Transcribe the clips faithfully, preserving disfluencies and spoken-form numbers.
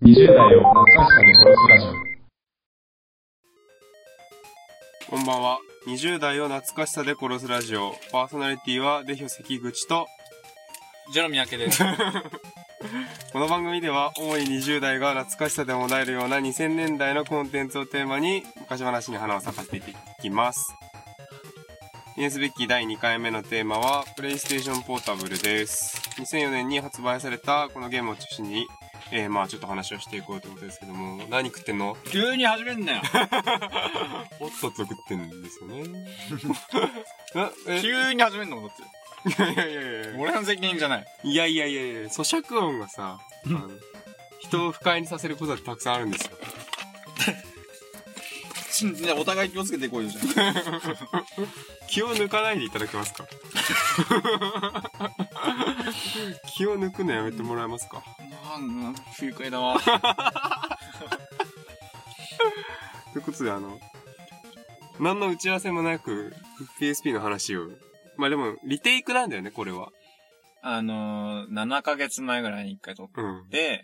にじゅう代を懐かしさで殺すラジオ。こんばんは。にじゅう代を懐かしさで殺すラジオ。パーソナリティはデヒョ関口とジェロミヤケです。 この番組では主ににじゅう代が懐かしさでもだえるようなにせんねんだいのコンテンツをテーマに昔話に花を咲かせていきます。記念すべきだいにかいめのテーマはプレイステーションポータブルです。にせんよねんに発売されたこのゲームを中心にえー、まあちょっと話をしていこうということですけども、何食ってんの？ 急に始めんなよ。 おっとっと食ってんですよね。 急に始めんのだって。 いやいやいやいや俺の責任じゃない。 いやいやいやいや、咀嚼音がさ、あの人を不快にさせることだってたくさんあるんですよ。 お互い気をつけていこうよじゃん。 気を抜かないでいただけますか？気を抜くのやめてもらえますか？ なんだ、不愉快だわ。 ということで、あの、何の打ち合わせもなく ピーエスピー の話を。まあでも、リテイクなんだよね、これは。 あのー、ななかげつまえぐらいに一回撮って、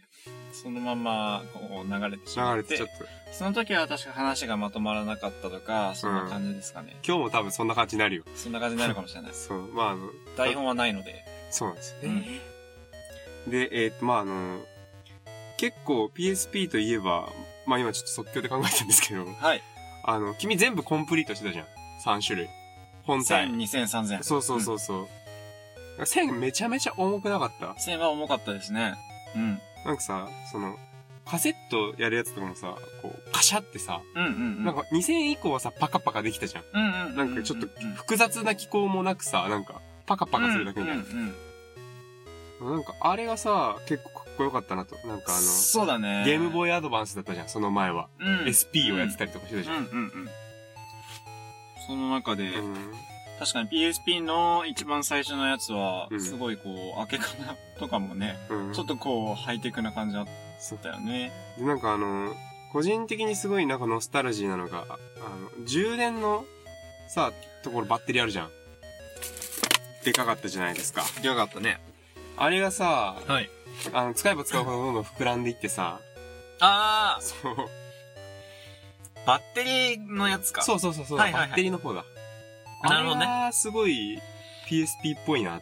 うん、そのまま、こう、流れてしまって。流れてちょっと。その時は確か話がまとまらなかったとか、そんな感じですかね。 うん、今日も多分そんな感じになるよ。 そんな感じになるかもしれない。 そう、まああの。 台本はないので。 そうなんですよね。うん、で、えー、っと、まああの、結構 ピーエスピー といえば、まあ今ちょっと即興で考えたんですけど。 はい。 あの、君全部コンプリートしてたじゃん。さん種類。本体。 せん、にせん、さんぜん。 そうそうそうそう。うん、せんめちゃめちゃ重くなかった？ せん は重かったですね。うん。 なんかさ、その、カセットやるやつとかもさ、こう、カシャってさ、 うんうんうん、 なんかにせん以降はさ、パカパカできたじゃん。 うんうんうんうん、 なんかちょっと複雑な機構もなくさ、なんか、パカパカするだけみたいな。うんうんうん、なんか、あれがさ、結構かっこよかったなと。なんかあの、 そうだね。 ゲームボーイアドバンスだったじゃん、その前は。うん、エスピー をやってたりとかしてたじゃん。 うんうんうん。その中で、うん、確かに ピーエスピー の一番最初のやつは、すごいこう、開け方とかもね、うん、ちょっとこう、ハイテクな感じだったよね。 で、なんかあの、個人的にすごいなんかノスタルジーなのが、あの、充電のさ、ところバッテリーあるじゃん。でかかったじゃないですか。 でかかったね。 あれがさ、 はい。 あの、使えば使うほどどんどん膨らんでいってさ、 あー。 そう。 バッテリーのやつか。 そうそうそうそう、 はいはいはい、 バッテリーの方だ。 なるほどね。 あれすごい ピーエスピー っぽいなって。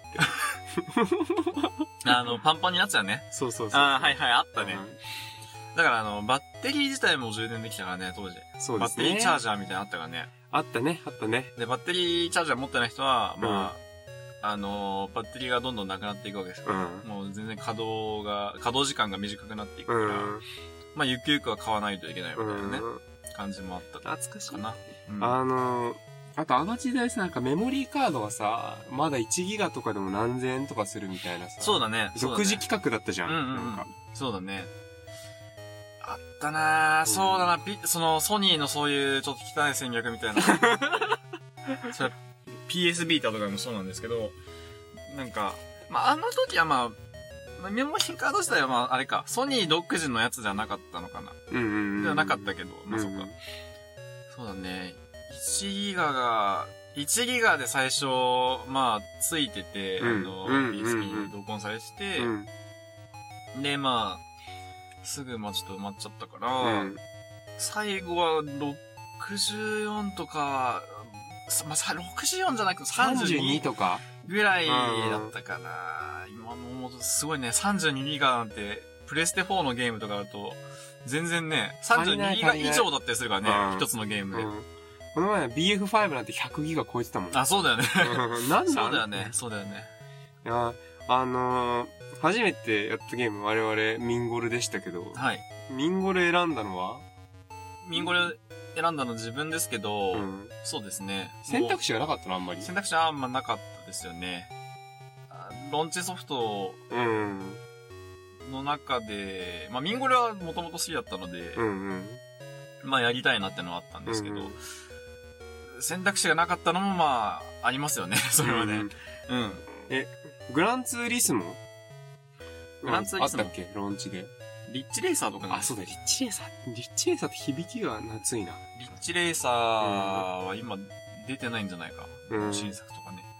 あの、パンパンになっちゃうね。 そうそうそう。 ああ、はいはい、あったね。うん、だからあの、バッテリー自体も充電できたからね、当時。 そうですね。 バッテリーチャージャーみたいなのあったからね。 あったね、あったね。 で、バッテリーチャージャー持ってない人は、まあ、うん、あの、バッテリーがどんどんなくなっていくわけですから、うん、もう全然稼働が、稼働時間が短くなっていくから、うん、まあ、ゆくゆくは買わないといけないみたいなね、うん、感じもあった。 懐かしいかな。 うん、あのー、あとあの時代さ、なんかメモリーカードがさ、まだいちギガとかでも何千円とかするみたいなさ。 そうだね。 独自企画だったじゃん。 うんうんうん、 なんかそうだね。あったなぁ、うん、そうだな、そのソニーのそういうちょっと汚い戦略みたいな。それ ピーエス ビータとかもそうなんですけど、なんか、まあ、あの時はまあ、メモリーカード自体はまあ、あれか、ソニー独自のやつじゃなかったのかな。 うんうんうん。 ではなかったけど、まあ、そっか、うんうん。そうだね。いちギガが、いちギガで最初、まあ、ついてて、うん、あの、うん、ピーエスピー に同梱されてて、うん、で、まあ、すぐ、まあちょっと埋まっちゃったから、うん、最後はろくじゅうよんとか、まあ、ろくじゅうよんじゃなくてさんじゅうにとかぐらいだったかな。今もうすごいね、さんじゅうにギガなんて、プレステフォーのゲームとかだと、全然ね、さんじゅうにギガ以上だったりするからね、一つのゲームで。うんこの前 ビーエフファイブ なんてひゃくギガ超えてたもん。 あ、そうだよね。 なんだそうだよね。そうだよね。 いや、あのー、初めてやったゲーム我々ミンゴルでしたけど。 はい。 ミンゴル選んだのはミンゴル選んだの自分ですけど、うん、そうですね。 選択肢がなかったのあんまり。 選択肢はあんまなかったですよね。ロンチソフトの中で、うん、まあミンゴルはもともと好きだったので、うんうん、まあやりたいなってのはあったんですけど、うんうん選択肢がなかったのもまあ、ありますよね、それはね。うん。うん、 え、グランツーリスモグランツーリスモあったっけローンチで。 リッチレーサーとかね。 あ、そうだ、リッチレーサー。リッチレーサーって響きが夏いな。 リッチレーサーは今出てないんじゃないか。うん、新作とかね。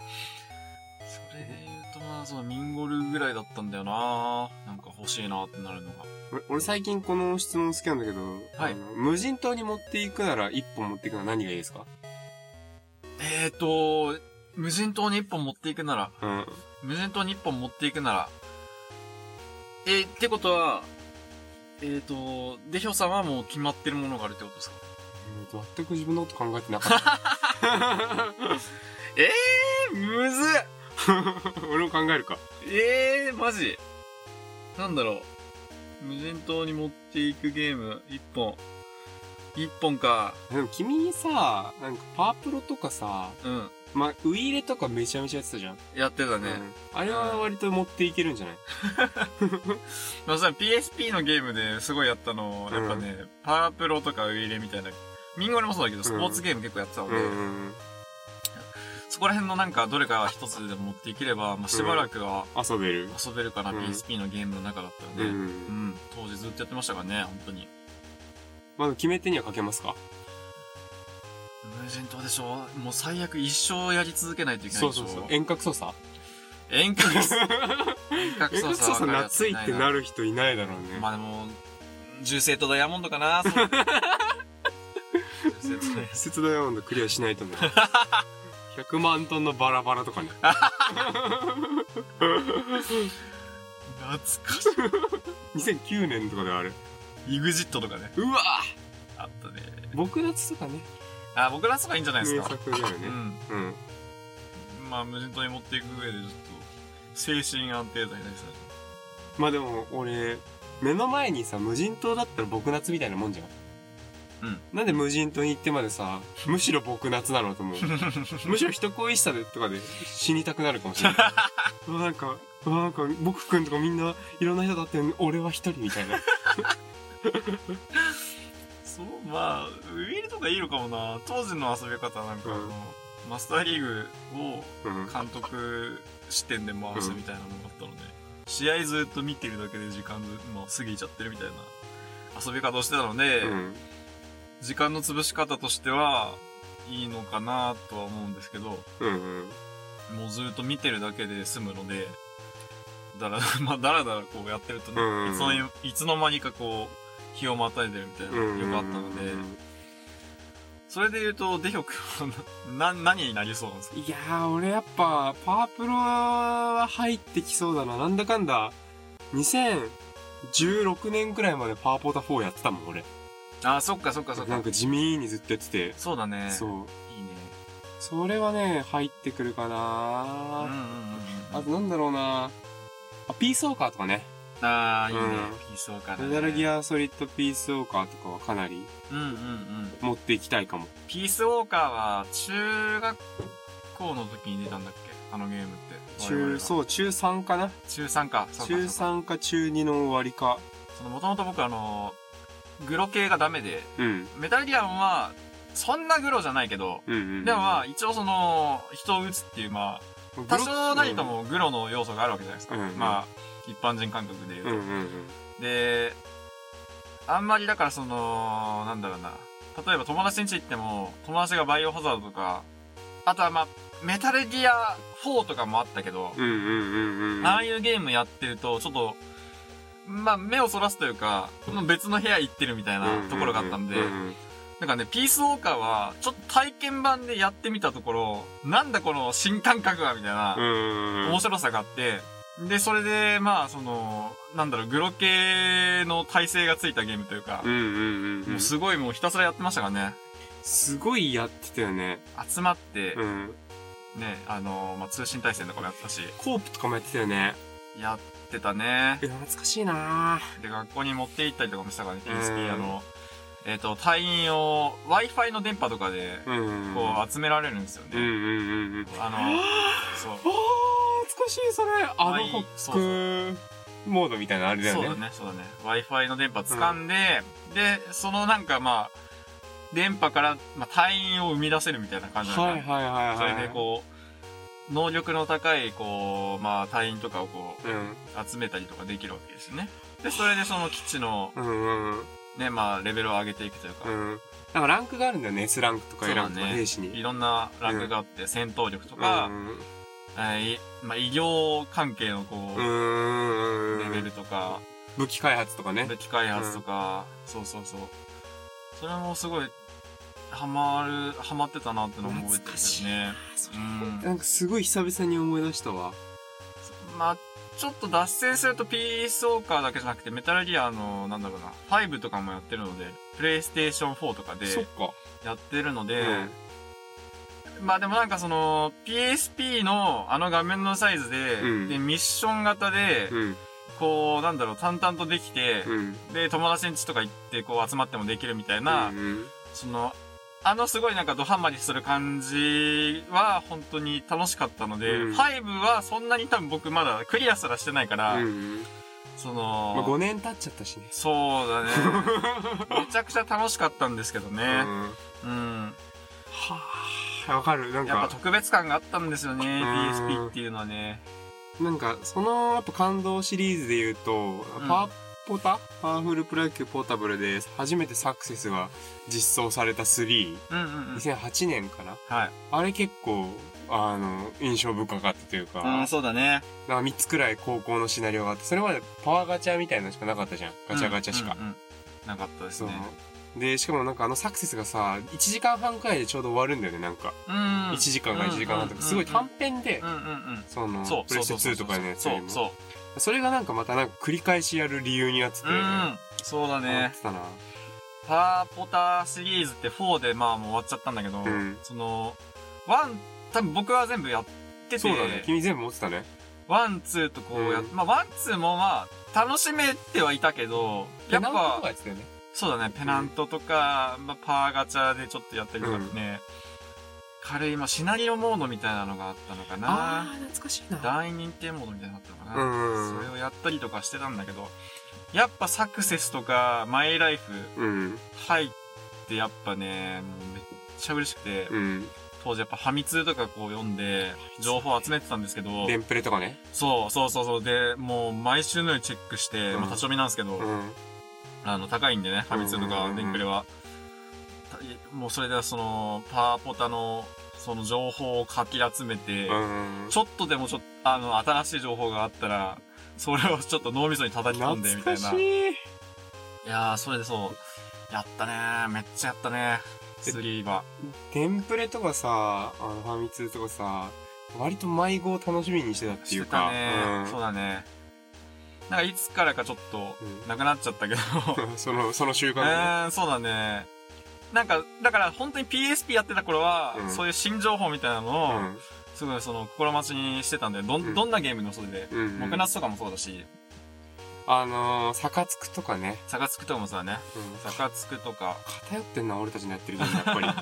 それで言うとまあ、そのミンゴルぐらいだったんだよななんか欲しいなってなるのが。 俺俺最近この質問好きなんだけど、 はいあの無人島に持っていくなら一本持っていくのは何がいいですか？ えーと、無人島に一本持っていくなら、 うん。 無人島に一本持っていくなら、えー、ってことは、えーと、デヒョさんはもう決まってるものがあるってことですか？ 全く自分のこと考えてなかった。 えー、むずっ俺も考えるか。 えー、マジなんだろう。無人島に持っていくゲーム、一本。一本か。 でも君さ、なんかパワープロとかさ、 うん。 まあ、ウイイレとかめちゃめちゃやってたじゃん。 やってたね。 うん、あれは割と持っていけるんじゃない？ まあさ、ピーエスピー のゲームですごいやったの、やっぱね、うん、パワープロとかウイイレみたいな、ミンゴレもそうだけど、スポーツゲーム結構やってたので、うん、そこら辺のなんかどれか一つでも持っていければ、まあ、しばらくは、 うん、遊べる遊べるかな、うん、ピーエスピー のゲームの中だったらね、うん、うん。当時ずっとやってましたからね、本当に。 まあ、決め手にはかけますか？ 無人島でしょ？もう最悪一生やり続けないといけないでしょ。そうそうそう。 遠隔操作遠隔操作。遠隔操作。 操作夏いってなる人いないだろうね。 まあでも、銃声とダイヤモンドかな。銃声とダイヤモンドクリアしないとね。ひゃくまんトンのバラバラとかね。 懐かしい。 にせんきゅうねんとかであれ。 イグジットとかね。 うわあったね。 僕夏とかね。 あ、僕夏とかいいんじゃないですか。 名作だよね。うん。うん。 まあ、無人島に持っていく上でちょっと、精神安定剤になりそう。 まあでも、俺、目の前にさ、無人島だったら僕夏みたいなもんじゃん。うん。なんで無人島に行ってまでさ、むしろ僕夏なのと思う。むしろ人恋しさでとかで死にたくなるかもしれない。うわなんか、うわなんか、僕くんとかみんないろんな人だって俺は一人みたいな。 そう、まあ、ウィールとかいいのかもな。当時の遊び方なんかあの、うん、マスターリーグを監督視点で回すみたいなのがあったので、うん、試合ずっと見てるだけで時間も過ぎちゃってるみたいな遊び方をしてたので、うん、時間の潰し方としてはいいのかなとは思うんですけど、うんうん、もうずっと見てるだけで済むので、だら、まあ、だらだらこうやってるとね、うんうん、いつの、いつの間にかこう、日をまたいでるみたいなのがよくあったので、それで言うと、デヒョ君は、な、何になりそうなんですか？ いやー、俺やっぱ、パワープロは入ってきそうだな。なんだかんだ、にせんじゅうろくねんくらいまでパワーポータフォーやってたもん、俺。 あー、そっかそっかそっか。 なんか地味にずっとやってて。 そうだね。 そう。いいね。 それはね、入ってくるかな。うんうんうんうん。あとなんだろうな。あ、ピースウォーカーとかね。 ああ、いいね、うん。ピースウォーカーね。 メタルギアソリッドピースウォーカーとかはかなり、うんうんうん。持っていきたいかも。 ピースウォーカーは、中学校の時に出たんだっけ？あのゲームって。 中、そう、中さんかな？ 中さんか。 そうか中さんか中にの終わりか。 その、もともと僕あの、グロ系がダメで、うん、メタルギアは、そんなグロじゃないけど、うんうんうん、でもまあ、一応その、人を撃つっていう、まあ、多少何ともグロの要素があるわけじゃないですか。うんうん、まあ、一般人感覚で言うと、うんうんうん。で、あんまりだからその、なんだろうな。例えば友達ん家行っても、友達がバイオハザードとか、あとはまあ、メタルギアフォーとかもあったけど、うんうんうんうん、ああいうゲームやってると、ちょっと、まあ、目をそらすというか、別の部屋行ってるみたいなところがあったんで、うんうんうんうん、なんかね、ピースウォーカーは、ちょっと体験版でやってみたところ、なんだこの新感覚はみたいな、面白さがあって、で、それで、まあ、その、なんだろう、グロ系の耐性がついたゲームというか、うんうんうんうん、もうすごいもうひたすらやってましたからね。 すごいやってたよね。 集まって、うん、ね、あの、まあ、通信対戦とかもやったし。 コープとかもやってたよね。 やってたね。 いや、懐かしいなで、学校に持って行ったりとかもしたからね、ピーエスピー、あの、えっ、ー、と、隊員を Wi-Fi の電波とかで、こう、集められるんですよね。うんうんうんうん。あの、そう。 懐かしい、それ。あのホックモードみたいなのあれだよね。 そうだね、そうだね。Wi-Fi の電波掴んで、うん、で、そのなんかまあ、電波から、まあ、隊員を生み出せるみたいな感じなんだ、ね。はいはいはいはい。それでこう、能力の高い、こう、まあ、隊員とかをこう、うん、集めたりとかできるわけですね。で、それでその基地の、うんうん、ね、まあ、レベルを上げていくというか。うん。 なんかランクがあるんだよね。S ランクとか A ランクとか兵士に。 いろんなランクがあって、うん、戦闘力とか、うん、えー、まあ、医療関係のこう、うレベルとか、 武器開発とかね。 武器開発とか、うん、そうそうそう。それもすごい、ハマる、ハマってたなってのを覚えてるね。 うん。なんかすごい久々に思い出したわ。 まあ、ちょっと脱線するとピースウォーカーだけじゃなくて、メタルギアの、なんだろうな、ファイブとかもやってるので、プレイステーションフォーとかで、やってるので、うん、まあでもなんかその、ピーエスピー のあの画面のサイズで、うん、で、ミッション型で、うん、こう、なんだろう、淡々とできて、うん、で、友達ん家とか行って、こう集まってもできるみたいな、うんうん、その、あのすごいなんかドハマりする感じは本当に楽しかったので、うん、ファイブはそんなに多分僕まだクリアすらしてないから、うん、その、 まあ、ごねん経っちゃったしね。 そうだね。めちゃくちゃ楽しかったんですけどね。うん。うん、 はぁ、わかる。なんか。 やっぱ特別感があったんですよね、ピーエスピー っていうのはね。 なんか、その、やっぱ感動シリーズで言うと、うん、パワポタパワフルプロ野球ポータブルで初めてサクセスが実装されたスリー。うんうんうん、にせんはちねんかな。はい。あれ結構、あの、印象深かったというか。 うん、そうだね。 なんかみっつくらい高校のシナリオがあって、それまでパワーガチャみたいなのしかなかったじゃん。ガチャガチャしか。 うんうんうん、なかったですね。 で、しかもなんかあのサクセスがさ、いちじかんはんくらいでちょうど終わるんだよね、なんか。うん。いちじかんかいちじかんはんとか、すごい短編で、うんうんうん、その、そうプレステツーとかのやつよりも。そうそう。それがなんかまたなんか繰り返しやる理由になってて。うん。 そうだね。 たな。 パワーポタシリーズってフォーでまあもう終わっちゃったんだけど、うん、その、ワン、多分僕は全部やってて。 そうだね。君全部持ってたね。 ワン、ツーとこうやっ、うん、まあワン、ツーもまあ楽しめてはいたけど、 やっぱ、ペナントとかやってたよね。 そうだね、ペナントとか、うん、まあパワーガチャでちょっとやったりとかね。うん、軽い、まあ、シナリオモードみたいなのがあったのかな。 ああ、懐かしいな。 大認定モードみたいなのがあったのかな。うん、それをやったりとかしてたんだけど、やっぱサクセスとか、マイライフ、入ってやっぱね、もうめっちゃ嬉しくて、うん、当時やっぱファミ通とかこう読んで、情報集めてたんですけど、 デンプレとかね。 そうそうそうそう。で、もう毎週のようにチェックして、うん、まあ立ち読みなんですけど、うん、あの、高いんでね、ファミ通とかデンプレは。もうそれではその、パワーポタの、その情報をかき集めて、ちょっとでもちょっと、あの、新しい情報があったら、それをちょっと脳みそに叩き込んで、みたいな。いやー、それでそう、やったねー。めっちゃやったねー。スリーは。 テンプレとかさ、あの、ファミ通とかさ、割と迷子を楽しみにしてたっていうか。してたねー、うん。そうだね。なんかいつからかちょっと、なくなっちゃったけど。 うん、その、その習慣ね。うん、そうだね。なんか、だから本当に ピーエスピー やってた頃は、うん、そういう新情報みたいなのを、うん、すごいその心待ちにしてたんで、ど、うん、どんなゲームのそれで、うんうん、木夏とかもそうだし、 あのー、サカツクとかね。 サカツクとかもそうだね。うん、サカツクとか。 偏ってんな、俺たちのやってるゲーム、やっぱり。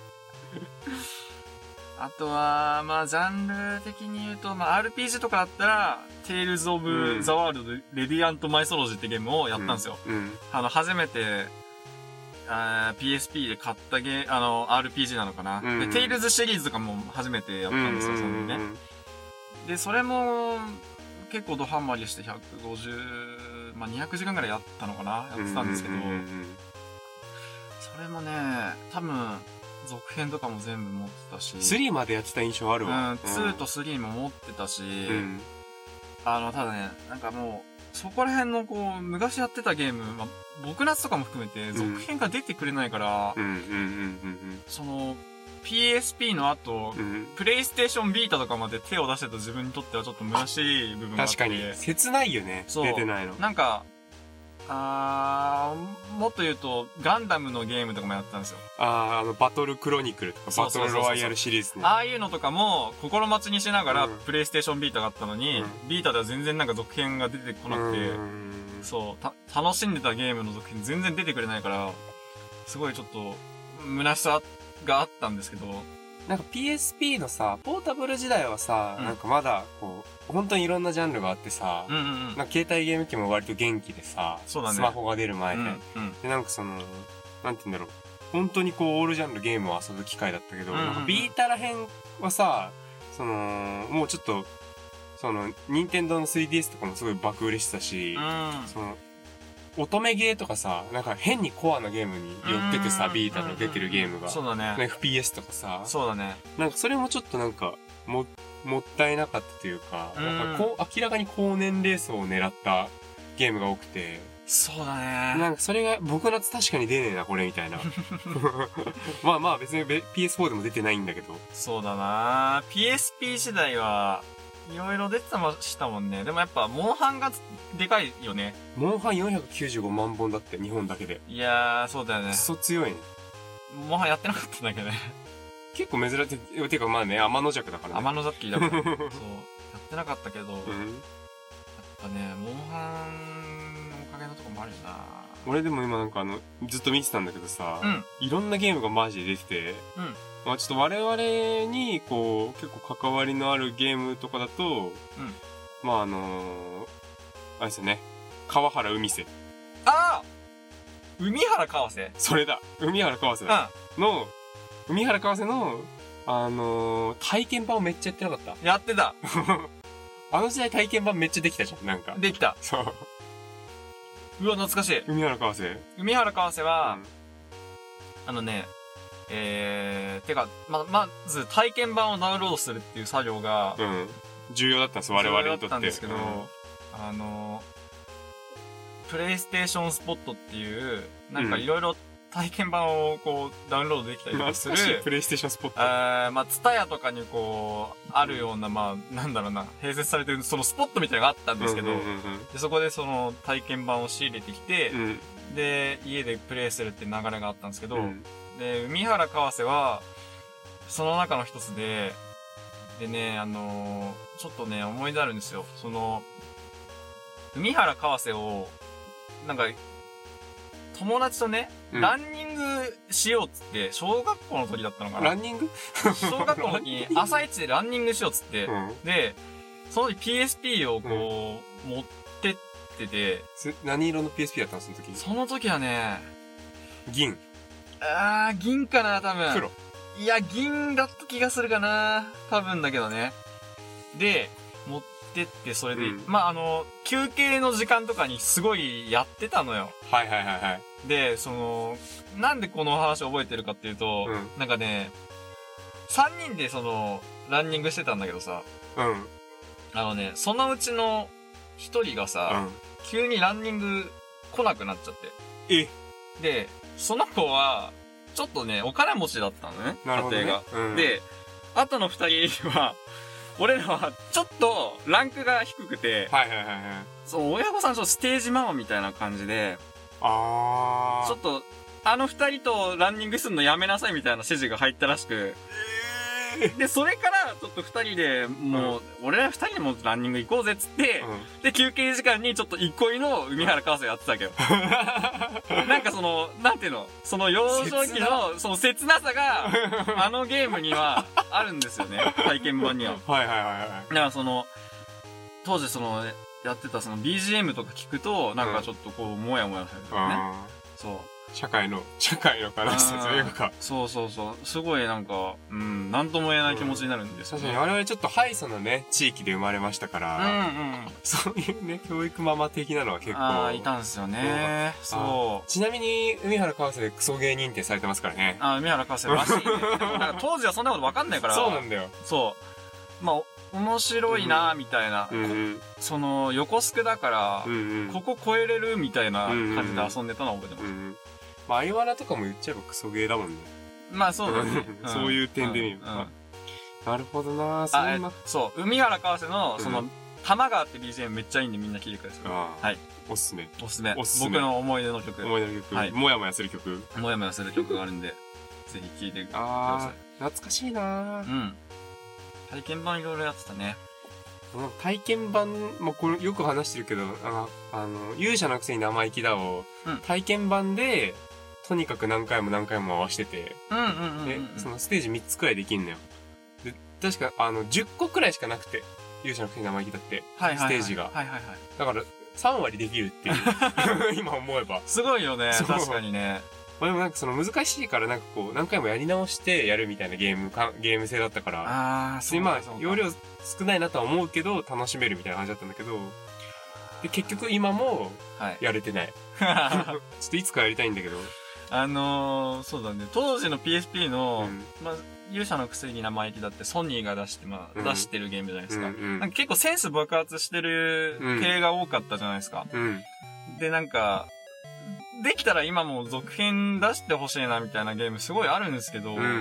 あとは、まあ、ジャンル的に言うと、まあ、アールピージー とかだったら、Tales of the World Radiant Mythology ってゲームをやったんですよ。うんうん、あの、初めて、あ ピーエスピー で買ったゲー、あの、アールピージー なのかな。うんうん、で、テイルズシリーズとかも初めてやったんですよ、そのね。で、それも、結構ドハンマりしてひゃくごじゅう、まあ、にひゃくじかんぐらいやったのかなやってたんですけど、それもね、多分、続編とかも全部持ってたし。 スリーまでやってた印象あるわ。 うん、ツーとスリーも持ってたし、うん、あの、ただね、なんかもう、そこら辺のこう、昔やってたゲーム、まあ、僕夏とかも含めて続編が出てくれないから、その、ピーエスピー の後、うん、プレイステーションビータとかまで手を出してた自分にとってはちょっと虚しい部分があって。 確かに。切ないよね。出てないの。 なんか、あー、もっと言うと、ガンダムのゲームとかもやったんですよ。 あー、あの、バトルクロニクルとか、バトルロワイヤルシリーズね。 ああいうのとかも、心待ちにしながら、プレイステーションビータがあったのに、うん、ビータでは全然なんか続編が出てこなくて、そう、た、楽しんでたゲームの続編全然出てくれないから、すごいちょっと、虚しさがあったんですけど、 なんか ピーエスピー のさ、ポータブル時代はさ、うん、なんかまだ、こう、本当にいろんなジャンルがあってさ、うんうんうん、なんか携帯ゲーム機も割と元気でさ、そうだね、スマホが出る前で、うんうん、で、なんかその、なんて言うんだろう、本当にこう、オールジャンルゲームを遊ぶ機会だったけど、うんうん、なんかビータら辺はさ、その、もうちょっと、その、任天堂の スリーディーエス とかもすごい爆売れしてたし、うん、その、乙女ゲーとかさ、なんか変にコアなゲームに寄っててさ、ビータの出てるゲームが。 そうだね。 エフピーエス とかさ。 そうだね。 なんかそれもちょっとなんか、も、もったいなかったというか、なんかこう、明らかに高年齢層を狙ったゲームが多くて。 そうだね。 なんかそれが、僕の確かに出ねえな、これ、みたいな。まあまあ別に ピーエスフォー でも出てないんだけど。 そうだな ピーエスピー 時代は、いろいろ出てましたもんね。でもやっぱ、モンハンがでかいよね。 モンハンよんひゃくきゅうじゅうごまんぼんだって、日本だけで。 いやー、そうだよね。 くそ強いね。 モンハンやってなかったんだけどね。 結構珍しい。てかまあね、天の弱だからね。 天の弱だから。そう。やってなかったけど、 うん、 やっぱね、モンハンのおかげのとこもあるよな。 俺でも今なんかあの、ずっと見てたんだけどさ、 うん、 いろんなゲームがマジで出てて、 うん、 まあちょっと我々にこう、結構関わりのあるゲームとかだと、うん、まああのー、あれですよね、川原海瀬。 ああ海原川瀬それだ海原川瀬だ、うん、の、海原川瀬の、あのー、体験版をめっちゃやってなかった？ やってた。 あの時代体験版めっちゃできたじゃん、なんか。 できた。 そう。 うわ、懐かしい。 海原川瀬。 海原川瀬は、うん、あのね、えー、てか、ま、まず体験版をダウンロードするっていう作業が、 うん。重要だったんです、我々にとって。重要だったんですけど、うん、あの、プレイステーションスポットっていう、なんかいろいろ体験版をこう、ダウンロードできたりとかする。 プレイステーションスポット。 えー、まあ、ツタヤとかにこう、あるような、まあ、なんだろうな、併設されてる、そのスポットみたいなのがあったんですけど、でそこでその体験版を仕入れてきて、うん、で、家でプレイするっていう流れがあったんですけど、うん、で、海原川瀬は、その中の一つで、でね、あのー、ちょっとね、思い出あるんですよ。その、海原川瀬を、なんか、友達とね、うん、ランニングしようっつって、小学校の時だったのかな。 ランニング小学校の時に朝一でランニングしようっつって、うん、で、その時 ピーエスピー をこう、うん、持ってってて。 何色の ピーエスピー だったのその時？ その時はね、 銀。 あー、銀かな、多分。 黒。 いや、銀だった気がするかな。多分だけどね。で、持ってって、それで、うん、まあ、あの、休憩の時間とかにすごいやってたのよ。 はいはいはいはい。 で、その、なんでこの話を覚えてるかっていうと、うん、なんかね、さんにんでその、ランニングしてたんだけどさ、うん。あのね、そのうちのひとりがさ、うん、急にランニング来なくなっちゃって。 えで、その子は、ちょっとね、お金持ちだったのね。 なるほどね。 家庭が。うん、で、あとのふたりは、俺らはちょっとランクが低くて、 はいはいはいはい。 そう、親御さんちょっとステージママみたいな感じで、 あー。 ちょっと、あの二人とランニングするのやめなさいみたいな指示が入ったらしく、えー、で、それからちょっと二人で、もう、うん、俺ら二人でもランニング行こうぜっつって、うん、で、休憩時間にちょっと憩いの海原川瀬やってたわけよ。なんかその、なんていうの、その幼少期の、その切なさが、あのゲームにはあるんですよね。体験版には。 はいはいはいはい。 だからその、当時その、やってたその ビージーエム とか聞くと、なんかちょっとこう、もやもやするよね。そう。 社会の、社会の悲しさというか。 そうそうそう。すごいなんか、うん、なんとも言えない気持ちになるんですよ、 ね。確かに我々ちょっとハイソのね、地域で生まれましたから、うんうん、そういうね、教育ママ的なのは結構。 ああ、いたんですよね。そう。 ちなみに、海原川瀬でクソ芸認定されてますからね。 ああ、海原川瀬らしいね。なんか当時はそんなことわかんないから。 そうなんだよ。 そう。まあ、面白いなみたいな、うんうん、その横スクだから、うんうん、ここ超えれるみたいな感じで遊んでたのは覚えてます。うんうん、 まあ、アイワナとかも言っちゃえばクソゲーだもんね。 まあそうだね。 そういう点で見る、うんうん、なるほどなそんな。そう、海原川瀬の、その、うん、玉川って ビージーエム めっちゃいいんでみんな聴いてください。はい。 おすすめ。 おすすめ。おすすめ。僕の思い出の曲。 思い出の曲。はい。もやもやする曲。 もやもやする曲があるんで、ぜひ聴いてください。 懐かしいなうん。 体験版いろいろやってたね。 体験版、まあ、これよく話してるけど、ああの、勇者のくせに生意気だを、うん、体験版で、とにかく何回も何回も回してて、 うんうんうんうん、 で、そのステージみっつくらいできんのよ。で、確か、あの、じゅっこくらいしかなくて、勇者のくせに生意気だって、はいはいはい、ステージが。 はいはいはい。 だから、さんわりできるっていう。今思えば。 すごいよね、確かにね。 まあ、でもなんかその難しいからなんかこう何回もやり直してやるみたいなゲームか、ゲーム性だったから。 ああ、そうまあ、容量少ないなとは思うけど楽しめるみたいな感じだったんだけど、で、結局今もやれてない。はい、ちょっといつかやりたいんだけど。 あのー、そうだね。当時の ピーエスピー の、うん、まあ、 勇者の薬に生意気だってソニーが出して、まあ、 うん出してるゲームじゃないですか。 うんうん、 なんか結構センス爆発してる系が多かったじゃないですか。 うん、 で、なんか、できたら今も続編出してほしいなみたいなゲームすごいあるんですけど、 うんうん、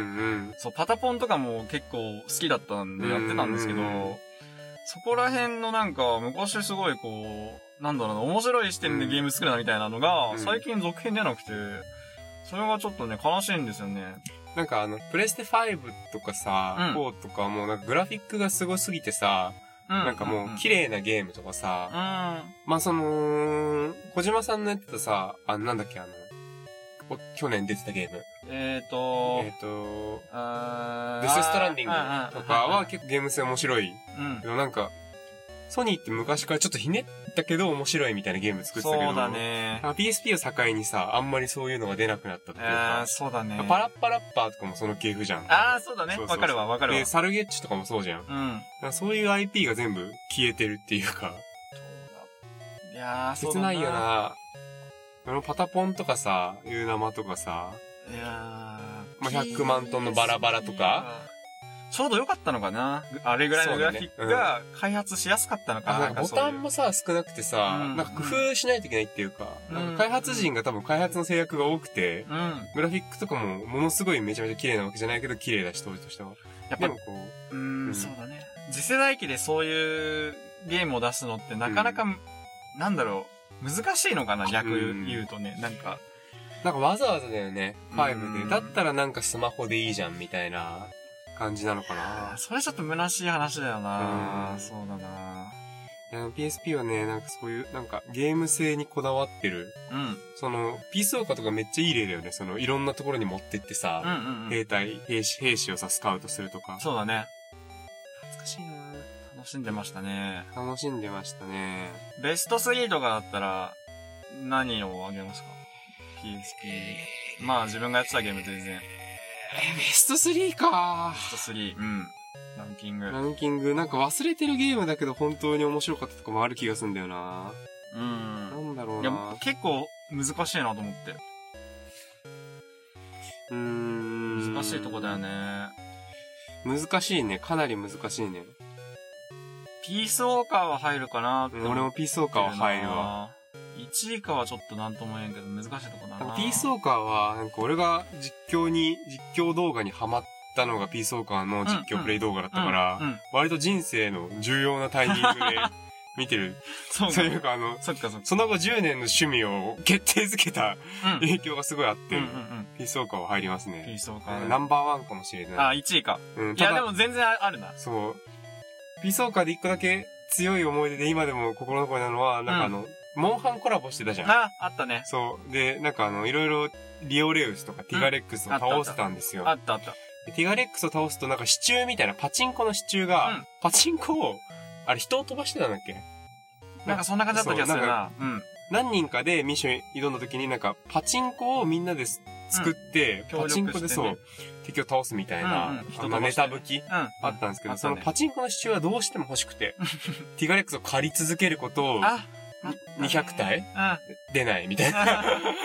そう、パタポンとかも結構好きだったんでやってたんですけど、うんうん、そこら辺のなんか、昔すごいこう、なんだろうな、面白い視点でゲーム作るなみたいなのが、うん、最近続編出なくて、それがちょっとね、悲しいんですよね。 なんかあの、プレステファイブとかさ、うん、フォーとかもうなんかグラフィックがすごすぎてさ、うん、なんかもう綺麗なゲームとかさ、うん、まあその、小島さんのやってたさ、あのなんだっけあの、去年出てたゲーム。 えーとえーとあデスストランディングとかは結構ゲーム性面白い。うん。けどなんか、ソニーって昔からちょっとひねったけど面白いみたいなゲーム作ってたけど。 そうだね。 ピーエスピー を境にさ、あんまりそういうのが出なくなったっていうか。 ああ、そうだね。 パラッパラッパーとかもその系譜じゃん。 ああ、そうだね。わかるわ、わかるわ。 で、サルゲッチュとかもそうじゃん。うん。だそういう アイピー が全部消えてるっていうか。 いやー、そうだ切ないよな。あのパタポンとかさ、ユーナマとかさ。 いやー。 まあ、ひゃくまんトンのバラバラとか。 ちょうど良かったのかな、あれぐらいのグラフィックが開発しやすかったのかな、 ねうん、ボタンもさ、少なくてさ、うん、なんか工夫しないといけないっていうか、うん、なんか開発陣が多分開発の制約が多くて、うん、グラフィックとかもものすごいめちゃめちゃ綺麗なわけじゃないけど綺麗だし、当時としては。 やっぱ、でもこう、うーん、うん、そうだね。次世代機でそういうゲームを出すのってなかなか、うん、なんだろう、難しいのかな、逆言うとね、なんか。 なんかわざわざだよね、ファイブで。だったらなんかスマホでいいじゃん、みたいな。感じなのかな。 それちょっと虚しい話だよな。そうだな。 いや ピーエスピー はね、なんかそういう、なんかゲーム性にこだわってる。うん。その、ピースウォーカーとかめっちゃいい例だよね。その、いろんなところに持ってってさ、うんうんうん、兵隊、兵士、兵士をさ、スカウトするとか。 そうだね。 懐かしいな。 楽しんでましたね。 楽しんでましたね。 ベストスリーとかだったら、何をあげますか ?ピーエスピー。まあ自分がやってたゲーム全然。 え、ベストスリーか。 ベストスリー、うん。ランキング。 ランキング、なんか忘れてるゲームだけど本当に面白かったとかもある気がするんだよな。うん。なんだろうな。いや、 結構難しいなと思って。 うーん。 難しいとこだよね。 難しいね。かなり難しいね。 ピースウォーカーは入るかなって、 うん。俺もピースウォーカーは入るわ。 いちいかはちょっとなんとも言えんけど難しいとこだな。 ピースウォーカーは、なんか俺が実況に、実況動画にハマったのがピースウォーカーの実況プレイ動画だったから、うんうん、割と人生の重要なタイミングで見てる。そうそういうかあの、そっかそっか。その後じゅうねんの趣味を決定づけた影響がすごいあって、うんうんうん、ピースウォーカーは入りますね。 ピースウォーカー、ね。 ナンバーワンかもしれない。 あ、いちいか。うん、いやでも全然あるな。 そう。ピースウォーカーで一個だけ強い思い出で今でも心残りなのは、なんかあの、うんモンハンコラボしてたじゃん。 あ、あったね。 そう。で、なんかあの、いろいろ、リオレウスとかティガレックスを倒せたんですよ。 あったあった。 ティガレックスを倒すとなんか支柱みたいな、パチンコの支柱が、うん、パチンコを、あれ人を飛ばしてたんだっけなんかそんな感じだった気がするな。うん。 何人かでミッション挑んだ時になんか、パチンコをみんなで作って、うん、パチンコでそう、敵を倒すみたいな、うんうん、あのネタ武器、うん、あったんですけど、ね、そのパチンコの支柱はどうしても欲しくて、ティガレックスを借り続けることを、にひゃく体出ないみたいな。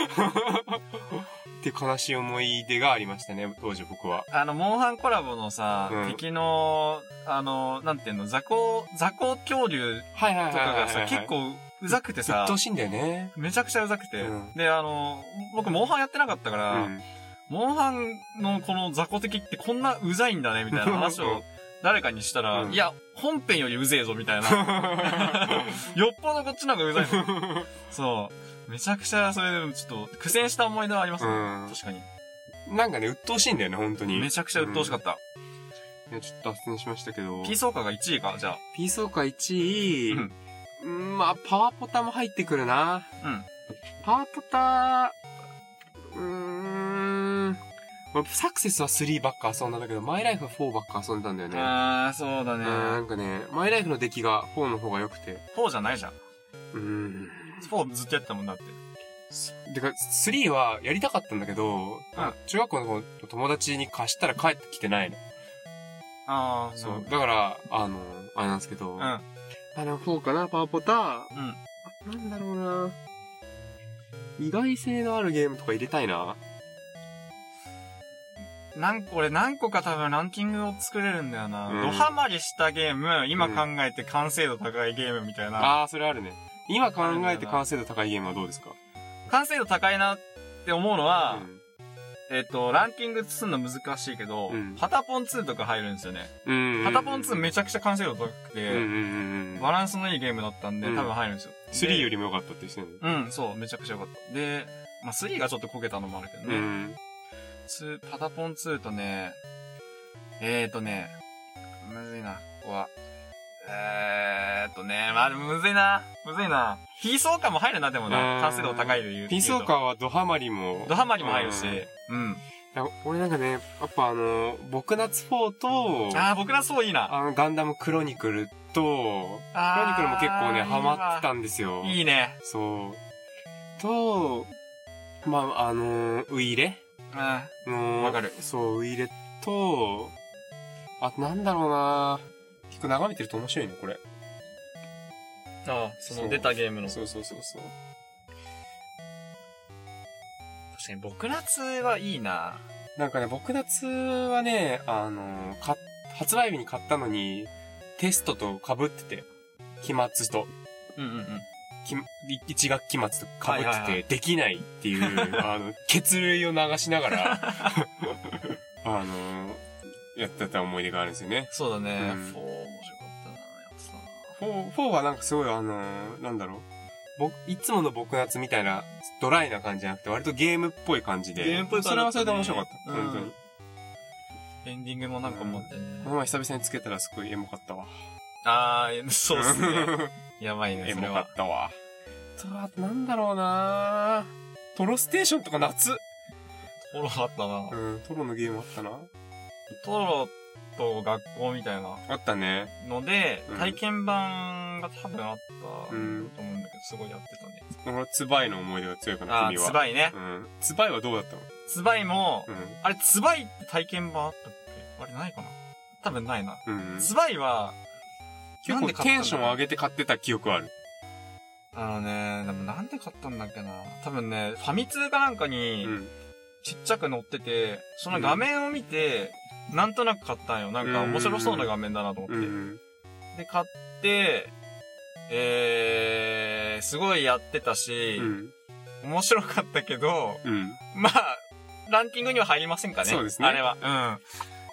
って悲しい思い出がありましたね、当時僕は。 あの、モンハンコラボのさ、うん、敵の、あの、なんていうの、雑魚、雑魚恐竜とかがさ、結構うざくてさ、 うっとうしいんだよね。 めちゃくちゃうざくて。うん、で、あの、僕、モンハンやってなかったから、うん、モンハンのこの雑魚敵ってこんなうざいんだね、みたいな話を、誰かにしたら、うん、いや、本編よりうぜえぞ、みたいな。よっぽどこっちの方がうざいの。そう。めちゃくちゃ、それでもちょっと、苦戦した思い出はありますね。うん、確かに。 なんかね、鬱陶しいんだよね、本当に。 めちゃくちゃ鬱陶しかった。 うん、いや、ちょっと脱線しましたけど。 ピースウォーカーがいちいか、じゃあ。 ピースウォーカーいちい、うん、うん、まあ、パワーポタも入ってくるな。うん。パワーポタ、うーん、サクセスはスリーばっか遊んだんだけど、マイライフはフォーばっか遊んでたんだよね。 あー、そうだね。 なんかね、マイライフの出来がフォーの方が良くて。 フォーじゃないじゃん。 うーん。 フォーずっとやってたもんだって。 てか、スリーはやりたかったんだけど、うん、中学校の友達に貸したら帰ってきてないの。 あー、 そう。だから、あの、あれなんですけど、うん、あの、フォーかな、パワポタ、うん。なんだろうな。意外性のあるゲームとか入れたいな。 なんこれ何個か多分ランキングを作れるんだよな。 うんドハマりしたゲーム、今考えて完成度高いゲームみたいな。 ああ、それあるね。今考えて完成度高いゲームはどうですか？ 完成度高いなって思うのは、 うんえっと、ランキングするの難しいけど、 うん、 パタポンツーとか入るんですよね。 うんうんうん、 パタポンツーめちゃくちゃ完成度高くて、 うんうんうんうん、 バランスのいいゲームだったんで、 うん、 多分入るんですよ。 スリーよりも良かったって言ってたうん、そう、めちゃくちゃ良かった。で、まあ、スリーがちょっとこけたのもあるけどね。うん、ツーパタポンツーとね、えーとね、むずいな、ここは。えーっとね、まあ、むずいな。むずいな。ピースオーカーも入るな、でもな。完成度高い理由。 ピースオーカーはドハマりも。 ドハマりも入るし。うん。 俺なんかね、やっぱあの、僕夏フォーと、 ああ、僕夏フォーいいな。 あの、ガンダムクロニクルと、クロニクルも結構ね、ハマってたんですよ。 いいね。 そう。と、まあ、あの、ウイレうん。わかる。 そう、ウイレと、あとなんだろうな結構眺めてると面白いね、これ。 ああ、その出たゲームの。 そうそうそうそう。 確かに僕夏はいいな。 なんかね、僕夏はね、あの、か、発売日に買ったのに、テストと被ってて、期末と。 うんうんうん。 いち学期末と被ってて、はいはいはい、できないっていう、あの、血類を流しながら、あの、やってた思い出があるんですよね。 そうだね。うん、フォー面白かったな。やってたな。 フォー、フォーはなんかすごいあの、なんだろう。僕、いつもの僕夏みたいなドライな感じじゃなくて、割とゲームっぽい感じで。 ゲームっぽい感じ、ね。 それはそれで面白かった。うん、本当に。 エンディングもなんか持ってね。 この前久々につけたらすごいエモかったわ。 あー、そうっすね。やばいね、 エモかったわ。あと、なんだろうなトロステーションとか夏。 トロあったな。 うん、トロのゲームあったな。 トロと学校みたいな。 あったね。 ので、うん、体験版が多分あったと思うんだけど、すごいやってたね。 俺はツバイの思い出が強いかな、君は。 あ、ツバイね。 うん。ツバイはどうだったの？ ツバイも、 うん、 あれ、ツバイって体験版あったっけ？あれないかな？多分ないな。 うん、 ツバイは、 結構テンション上げて買ってた記憶ある。 あのね、でもなんで買ったんだっけな。多分ね、ファミ通かなんかに、ちっちゃく載ってて、その画面を見て、うん、なんとなく買ったんよ。なんか面白そうな画面だなと思って。うん、で、買って、えー、すごいやってたし、うん、面白かったけど、うん、まあ、ランキングには入りませんかね。 そうですね。 あれは。うん。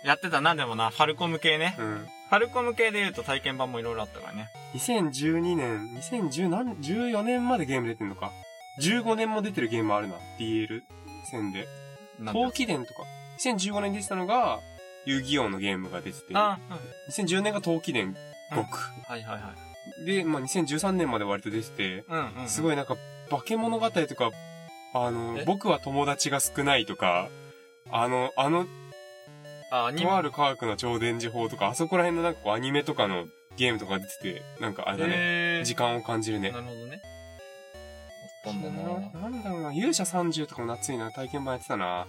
やってた。なんでもな、ファルコム系ね。うん、ファルコム系で言うと体験版もいろいろあったからね。 にせんじゅうにねん、にせんじゅう何、じゅうよねんまでゲーム出てんのか。じゅうごねんも出てるゲームあるな。ディーエル 戦で。陶器伝とか。にせんじゅうごねんに出てたのが、遊戯王のゲームが出てて。あ、うん、にせんじゅうねんが陶器伝ごく、 うん。はいはいはい。 で、まあ、にせんじゅうさんねんまで割と出てて、 うんうんうん、 すごいなんか、化け物語とか、あの、僕は友達が少ないとか、あの、あの、 あ、 とある科学の超電磁法とか、あそこら辺のなんかこうアニメとかのゲームとか出てて、なんかあれだね、時間を感じるね。 なるほどね。あったんだな。 なんだろうな、勇者さんじゅうとかも夏いな、体験版やってたな。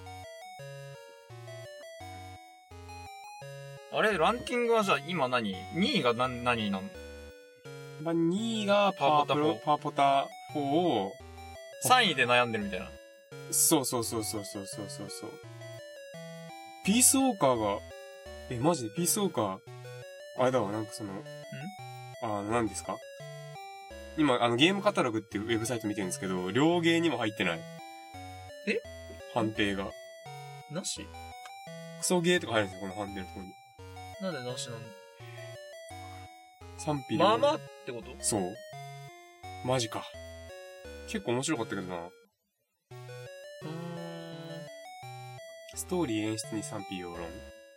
あれ、ランキングはじゃあ今何 ?に 位が何、何なの？ まあ、にいがパワーポタフォー。パワーポタフォーを、 さんいで悩んでるみたいな。 そうそうそうそうそうそうそうそう。ピースウォーカーが、え、マジでピースウォーカー、あれだわ、なんかその、んあの、何ですか今、あの、ゲームカタログっていうウェブサイト見てるんですけど、両ゲーにも入ってない。 え判定が。 なしクソゲーとか入るんですよ、この判定のところに。 なんでなしなの？ 賛否で。 まあまあってこと？ そう。マジか。結構面白かったけどな。ストーリー演出に賛否両論。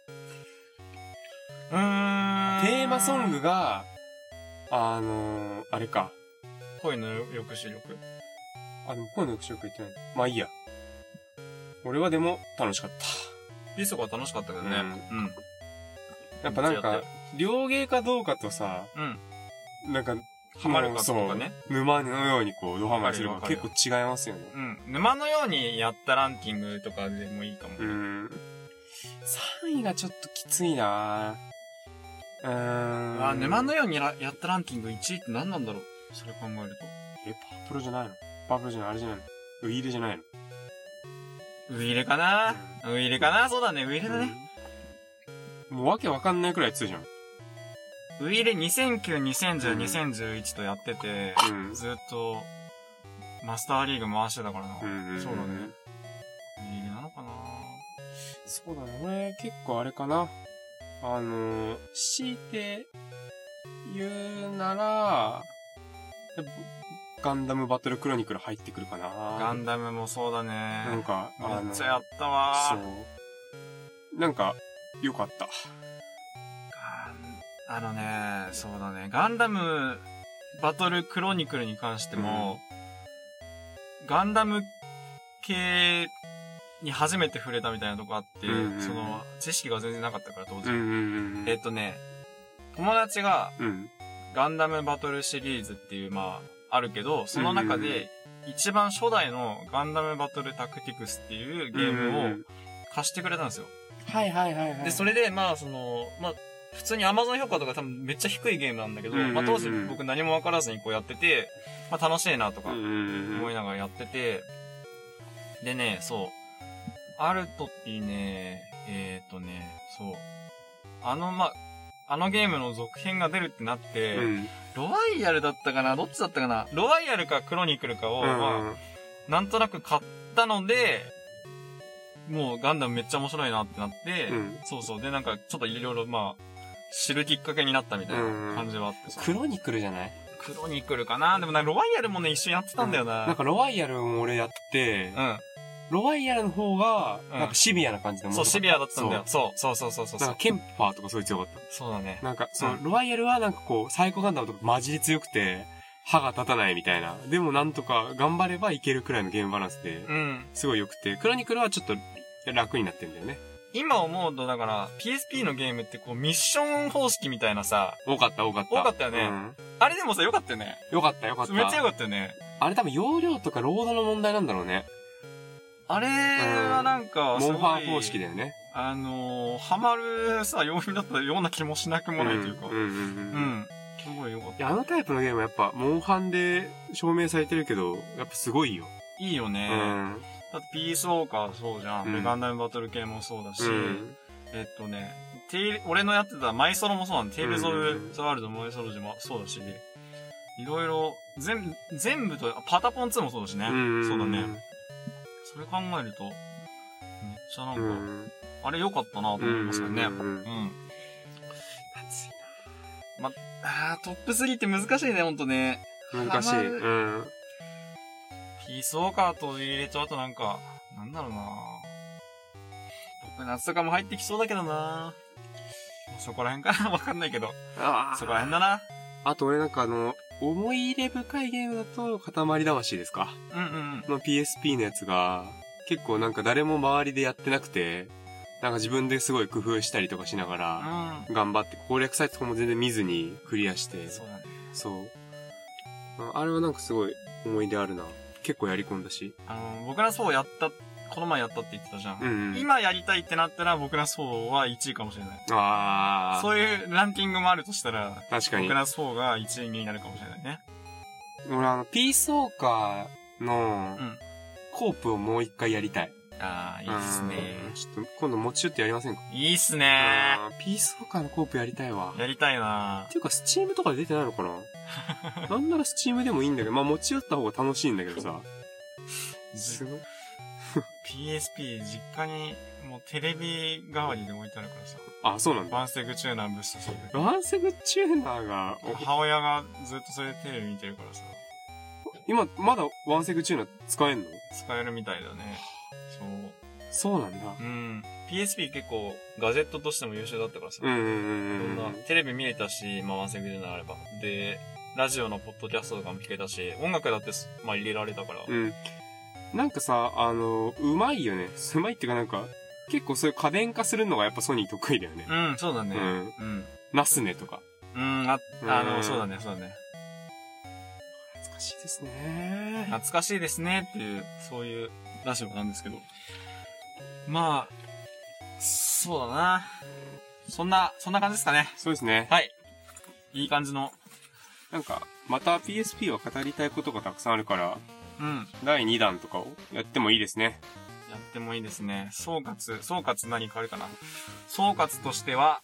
うーん。 テーマソングが、あのー、あれか。 恋の抑止力。 あ、でも恋の抑止力言ってない。まあいいや。俺はでも楽しかった。 ピースとか楽しかったけどね。うん。うん、 やっぱなんか、両芸かどうかとさ、うん。なんか、 ハマるかとかね。 沼のようにこう、ドハマりするか結構違いますよね。 うん。沼のようにやったランキングとかでもいいかも。 うん。さんいがちょっときついなぁ。うーん。 あ、沼のようにやったランキングいちいって何なんだろう。それ考えると。 え、パープロじゃないの？パープロじゃない、あれじゃないの？ウイールじゃないの？ ウイイレかな、うん、ウイイレかなそうだね、ウイイレだね、 うん。もうわけわかんないくらいやってたじゃん。 ウイイレにせんきゅう、にせんじゅう、にせんじゅういちとやってて、うん、ずっと、マスターリーグ回してたからな。うんうんうん、そうだね。ウイイレなのかなそうだね。俺、結構あれかな。あのー、強いて言うなら、ガンダムバトルクロニクル入ってくるかな。 ガンダムもそうだね。 なんか、 めっちゃやったわー。そう。 なんか、よかった。 あのね、そうだね。ガンダムバトルクロニクルに関しても、うん、ガンダム系に初めて触れたみたいなとこあって、うんうん、その、知識が全然なかったから当時。うんうんうん、えっとね、友達が、うん、ガンダムバトルシリーズっていう、まあ、あるけど、その中で、一番初代のガンダムバトルタクティクスっていうゲームを貸してくれたんですよ。 はいはいはいはい。 で、それで、まあ、その、まあ、普通に Amazon 評価とか多分めっちゃ低いゲームなんだけど、まあ当時僕何も分からずにこうやってて、まあ楽しいなとか思いながらやってて、でね、そう。ある時ね、えーとね、そう。あの、ま、あのゲームの続編が出るってなって、うん、ロワイヤルだったかなどっちだったかなロワイヤルかクロニクルかを、まあ、なんとなく買ったので、もうガンダムめっちゃ面白いなってなって、うん、そうそう。で、なんかちょっといろいろまあ、知るきっかけになったみたいな感じはあってさ。 クロニクルじゃない？ クロニクルかなでもな、ロワイヤルもね、一緒にやってたんだよな。 うん、なんかロワイヤルも俺やって、うん。ロワイヤルの方が、なんかシビアな感じで面白かった。そう、シビアだったんだよ。そう、そうそうそうそう。 なんかケンパーとかすごい強かった。 そうだね。 なんか、そう、うん、ロワイヤルはなんかこう、サイコガンダムとかマジで強くて、歯が立たないみたいな。でもなんとか頑張ればいけるくらいのゲームバランスで、うん。すごい良くて、クロニクルはちょっと楽になってるんだよね。 今思うと、だから、ピーエスピー のゲームってこう、ミッション方式みたいなさ。 多かった、多かった。 多かったよね。うん、あれでもさ、良かったよね。 良かった、良かった。 めっちゃ良かったよね。 あれ多分容量とかロードの問題なんだろうね。 あれはなんか、 モンハン方式だよね。 あのー、ハマるさ、要因だったような気もしなくもないというか。うん、うん、うん。うん。すごい良かった。 いや、あのタイプのゲームはやっぱ、モンハンで証明されてるけど、やっぱすごいよ。 いいよね。うん。だってピースウォーカーそうじゃん。うん、ガンダムバトル系もそうだし、うん、えっとね、テイル、俺のやってたマイソロもそうなんで、テイルズ・オブ・ザ・ワールド・マイソロジもそうだし、いろいろ、全部、全部と、パタポンツーもそうだしね。うん、そうだね。それ考えると、めっちゃなんか、うん、あれ良かったなと思いますよね。うん。うん、暑いな。ま、あー、トップスリーって難しいね、ほんとね。 難しい。うん。 ピースウォーカーと入れちゃうとなんか、なんだろうな僕夏とかも入ってきそうだけどなそこら辺かなわかんないけど。ああ。そこら辺だな。 あと俺なんかあの、思い入れ深いゲームだと、塊魂ですか。うんうんうん。の ピーエスピー のやつが、結構なんか誰も周りでやってなくて、なんか自分ですごい工夫したりとかしながら、頑張って攻略サイトとかも全然見ずにクリアして。そうだね。そう。あれはなんかすごい思い出あるな。結構やり込んだし。 あの、僕らそうやった、この前やったって言ってたじゃん。うんうん、今やりたいってなったら僕らそうはいちいかもしれない。ああ。そういうランキングもあるとしたら、確かに。僕らそうがいちいになるかもしれないね。 俺あの、ピースウォーカーの、コープをもう一回やりたい。 ああ、いいっすね。 ちょっと今度持ち寄ってやりませんか？ いいっすねー。ピースウォーカーのコープやりたいわ。 やりたいなっていうか、スチームとかで出てないのかななんならスチームでもいいんだけど、まあ持ち寄った方が楽しいんだけどさ。すごい。 ピーエスピー 実家にもうテレビ代わりで置いてあるからさ。 あ、そうなんだ。 ワンセグチューナーブストする。 ワンセグチューナーが、 母親がずっとそれでテレビ見てるからさ。 今、まだワンセグチューナー使えんの？ 使えるみたいだね。そう。 そうなんだ。 うん。ピーエスピー 結構ガジェットとしても優秀だったからさ。うんうんうん。そんな、テレビ見れたし、まあワンセグチューナーあれば。で、ラジオのポッドキャストとかも聞けたし、音楽だって、まあ入れられたから。うん。 なんかさ、あの、うまいよね。うまいっていうかなんか、結構そういう家電化するのがやっぱソニー得意だよね。 うん、そうだね。うん。うん。 ナスネとか。 うん、あ、あの、そうだね、そうだね。 懐かしいですね。 懐かしいですねっていう、そういうラジオなんですけど。まあ、そうだな。そんな、そんな感じですかね。 そうですね。 はい。いい感じの。 なんか、また ピーエスピー は語りたいことがたくさんあるから、うん。だいにだんとかをやってもいいですね。 やってもいいですね。総括、総括何変わるかな。総括としては、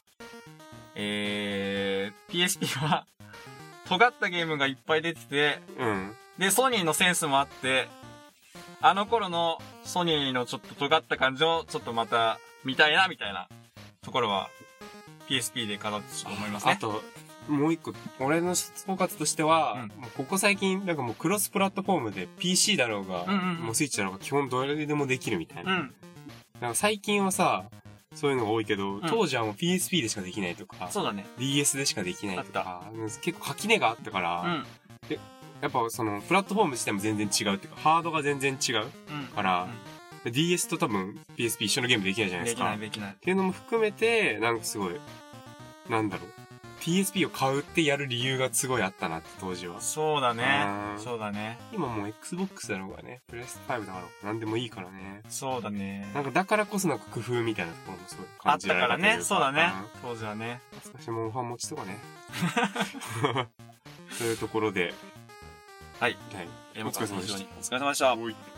えー、ピーエスピー は、尖ったゲームがいっぱい出てて、 うん。 で、ソニーのセンスもあって、あの頃のソニーのちょっと尖った感じをちょっとまた見たいな、みたいなところは ピーエスピー で語ってと思いますね。 あと、もう一個、俺の総括としては、 うん、 もうここ最近、なんかもうクロスプラットフォームで ピーシー だろうが、 うんうんうん、 もうスイッチだろうが基本どれでもできるみたいな。 うん。 なんか最近はさ、そういうのが多いけど、 うん、 当時はもう ピーエスピー でしかできないとか、 そうだね。 ディーエス でしかできないとか、結構垣根があったから、 うん。 で、やっぱその、プラットフォーム自体も全然違うっていうか、ハードが全然違うから、うんうん、ディーエス と多分 ピーエスピー 一緒のゲームできないじゃないですか。 できないできない。 っていうのも含めて、なんかすごい、なんだろう。ピーエスピー を買うってやる理由がすごいあったなって当時は。 そうだね。そうだね。 今もう Xbox だろうがね、プレステファイブだろうがなんでもいいからね。 そうだね。 なんかだからこそなんか工夫みたいなところもすごい感じられた。 あったからね。そうだね。当時はね。 懐かしいモンハン持ちとかね。というところで。 はい。 はい。 お疲れ様でした。お疲れ様でした。